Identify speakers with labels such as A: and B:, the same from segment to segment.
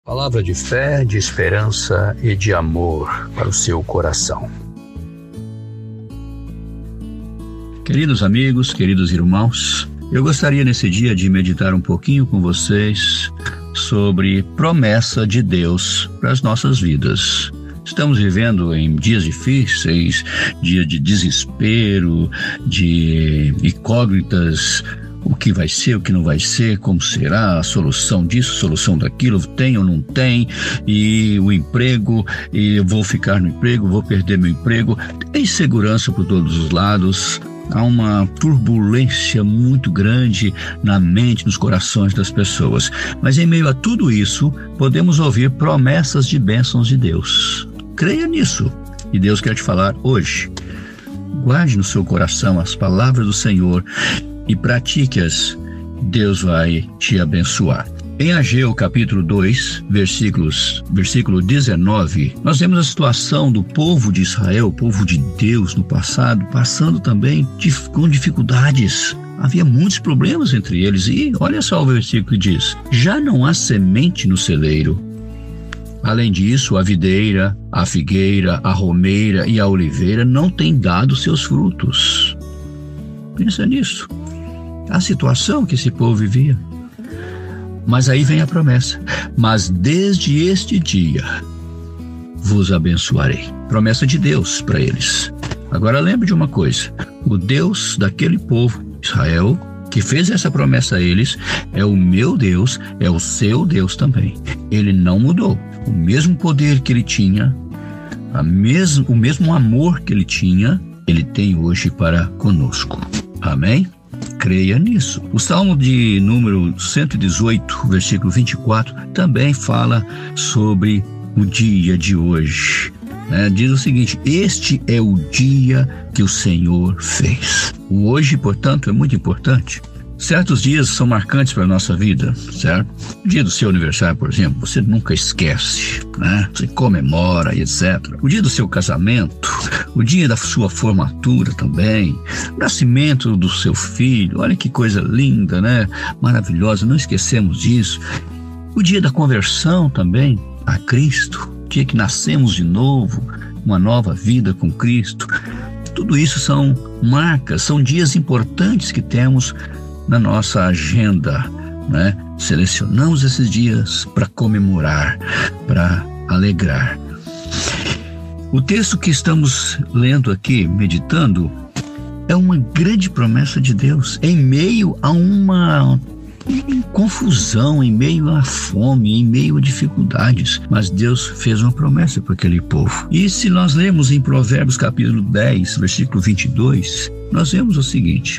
A: Palavra de fé, de esperança e de amor para o seu coração. Queridos amigos, queridos irmãos, eu gostaria nesse dia de meditar um pouquinho com vocês sobre promessa de Deus para as nossas vidas. Estamos vivendo em dias difíceis, dia de desespero, de incógnitas. O que vai ser, o que não vai ser, como será, a solução disso, a solução daquilo, tem ou não tem, e o emprego, e eu vou ficar no emprego, vou perder meu emprego. Tem insegurança por todos os lados, há uma turbulência muito grande na mente, nos corações das pessoas. Mas em meio a tudo isso, podemos ouvir promessas de bênçãos de Deus. Creia nisso, e Deus quer te falar hoje. Guarde no seu coração as palavras do Senhor e pratique-as, Deus vai te abençoar. Em Ageu capítulo 2, versículo 19, nós vemos a situação do povo de Israel, o povo de Deus no passado, passando também com dificuldades. Havia muitos problemas entre eles e olha só o versículo que diz: já não há semente no celeiro. Além disso, a videira, a figueira, a romeira e a oliveira não têm dado seus frutos. Pensa nisso. A situação que esse povo vivia. Mas aí vem a promessa: mas desde este dia vos abençoarei. Promessa de Deus para eles. Agora lembre de uma coisa: o Deus daquele povo, Israel, que fez essa promessa a eles, é o meu Deus, é o seu Deus também. Ele não mudou. O mesmo poder que ele tinha, o mesmo amor que ele tinha, ele tem hoje para conosco. Amém? Creia nisso. O Salmo de número 118, versículo 24, também fala sobre o dia de hoje. Diz o seguinte: este é o dia que o Senhor fez. O hoje, portanto, é muito importante. Certos dias são marcantes para a nossa vida, certo? O dia do seu aniversário, por exemplo, você nunca esquece, né? Você comemora e etc. O dia do seu casamento, o dia da sua formatura também, o nascimento do seu filho, olha que coisa linda, né? Maravilhosa, não esquecemos disso. O dia da conversão também a Cristo, o dia que nascemos de novo, uma nova vida com Cristo. Tudo isso são marcas, são dias importantes que temos na nossa agenda, né? Selecionamos esses dias para comemorar, para alegrar. O texto que estamos lendo aqui, meditando, é uma grande promessa de Deus em meio a uma confusão, em meio à fome, em meio a dificuldades. Mas Deus fez uma promessa para aquele povo. E se nós lemos em Provérbios capítulo 10, versículo 22, nós vemos o seguinte: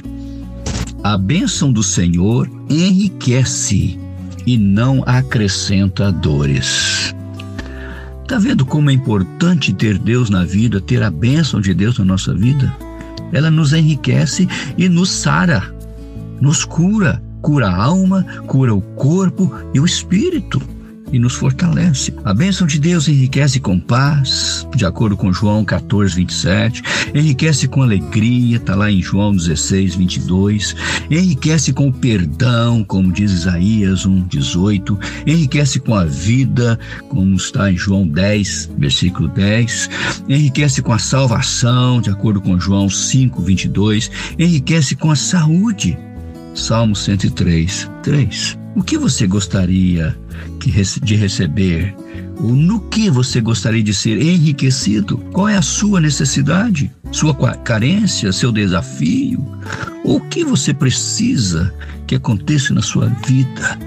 A: a bênção do Senhor enriquece e não acrescenta dores. Está vendo como é importante ter Deus na vida, ter a bênção de Deus na nossa vida? Ela nos enriquece e nos sara, nos cura a alma, cura o corpo e o espírito e nos fortalece. A bênção de Deus enriquece com paz, de acordo com João 14, 27, enriquece com alegria, está lá em João 16, 22, enriquece com perdão, como diz Isaías 1, 18, enriquece com a vida, como está em João 10, versículo 10, enriquece com a salvação, de acordo com João 5, 22, enriquece com a saúde, Salmo 103, 3. O que você gostaria de receber? Ou no que você gostaria de ser enriquecido? Qual é a sua necessidade? Sua carência? Seu desafio? Ou o que você precisa que aconteça na sua vida?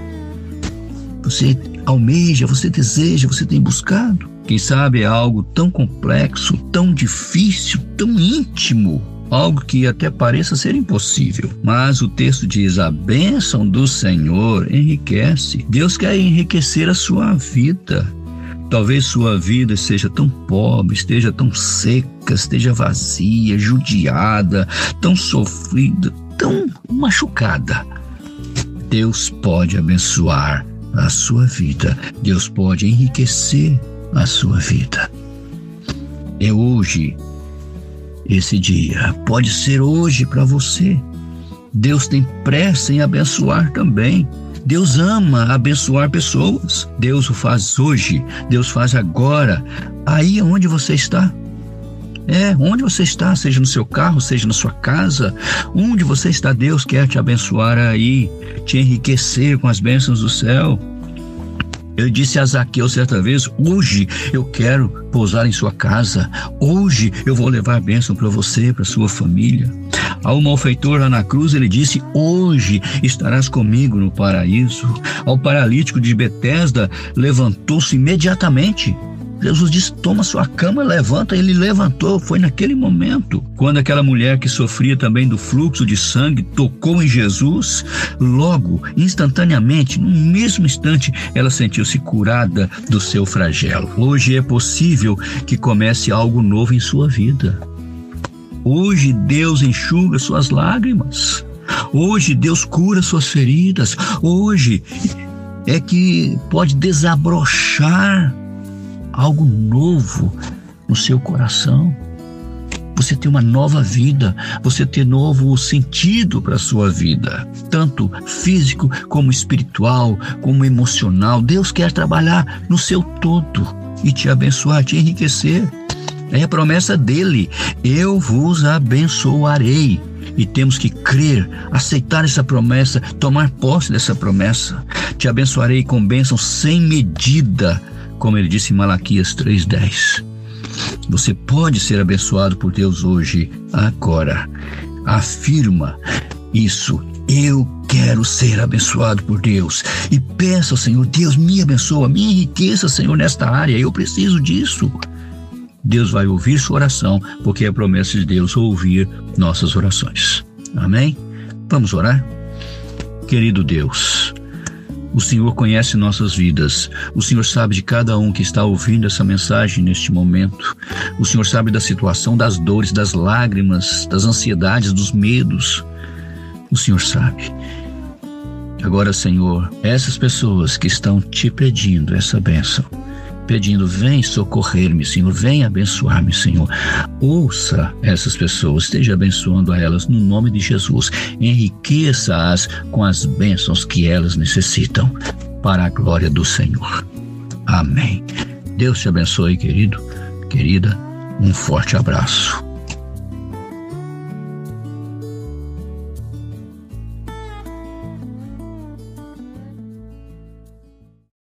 A: Você almeja, você deseja, você tem buscado? Quem sabe é algo tão complexo, tão difícil, tão íntimo, algo que até pareça ser impossível. Mas o texto diz: a bênção do Senhor enriquece. Deus quer enriquecer a sua vida. Talvez sua vida seja tão pobre, esteja tão seca, esteja vazia, judiada, tão sofrida, tão machucada. Deus pode abençoar a sua vida. Deus pode enriquecer a sua vida. É hoje esse dia, pode ser hoje para você. Deus tem pressa em abençoar também. Deus ama abençoar pessoas. Deus o faz hoje, Deus faz agora, aí onde você está. Onde você está, seja no seu carro, seja na sua casa, onde você está, Deus quer te abençoar aí, te enriquecer com as bênçãos do céu. Ele disse a Zaqueu certa vez: hoje eu quero pousar em sua casa, hoje eu vou levar a bênção para você, para sua família. Ao malfeitor lá na cruz ele disse: hoje estarás comigo no paraíso. Ao paralítico de Betesda, levantou-se imediatamente. Jesus disse: toma sua cama, levanta. Ele levantou, foi naquele momento. Quando aquela mulher que sofria também do fluxo de sangue tocou em Jesus, logo, instantaneamente, no mesmo instante, ela sentiu-se curada do seu flagelo. Hoje é possível que comece algo novo em sua vida. Hoje Deus enxuga suas lágrimas. Hoje Deus cura suas feridas. Hoje é que pode desabrochar algo novo no seu coração. Você tem uma nova vida, você tem novo sentido para a sua vida, tanto físico como espiritual, como emocional. Deus quer trabalhar no seu todo e te abençoar, te enriquecer. É a promessa dele: eu vos abençoarei. E temos que crer, aceitar essa promessa, tomar posse dessa promessa. Te abençoarei com bênçãos sem medida, como ele disse em Malaquias 3:10. Você pode ser abençoado por Deus hoje, agora. Afirma isso: eu quero ser abençoado por Deus. E peça ao Senhor: Deus, me abençoa, me enriqueça, Senhor, nesta área, eu preciso disso. Deus vai ouvir sua oração, porque é a promessa de Deus ouvir nossas orações. Amém? Vamos orar? Querido Deus, o Senhor conhece nossas vidas. O Senhor sabe de cada um que está ouvindo essa mensagem neste momento. O Senhor sabe da situação, das dores, das lágrimas, das ansiedades, dos medos. O Senhor sabe. Agora, Senhor, essas pessoas que estão te pedindo essa bênção, pedindo: vem socorrer-me, Senhor, vem abençoar-me, Senhor. Ouça essas pessoas, esteja abençoando a elas no nome de Jesus. Enriqueça-as com as bênçãos que elas necessitam, para a glória do Senhor. Amém. Deus te abençoe, querido, querida. Um forte abraço.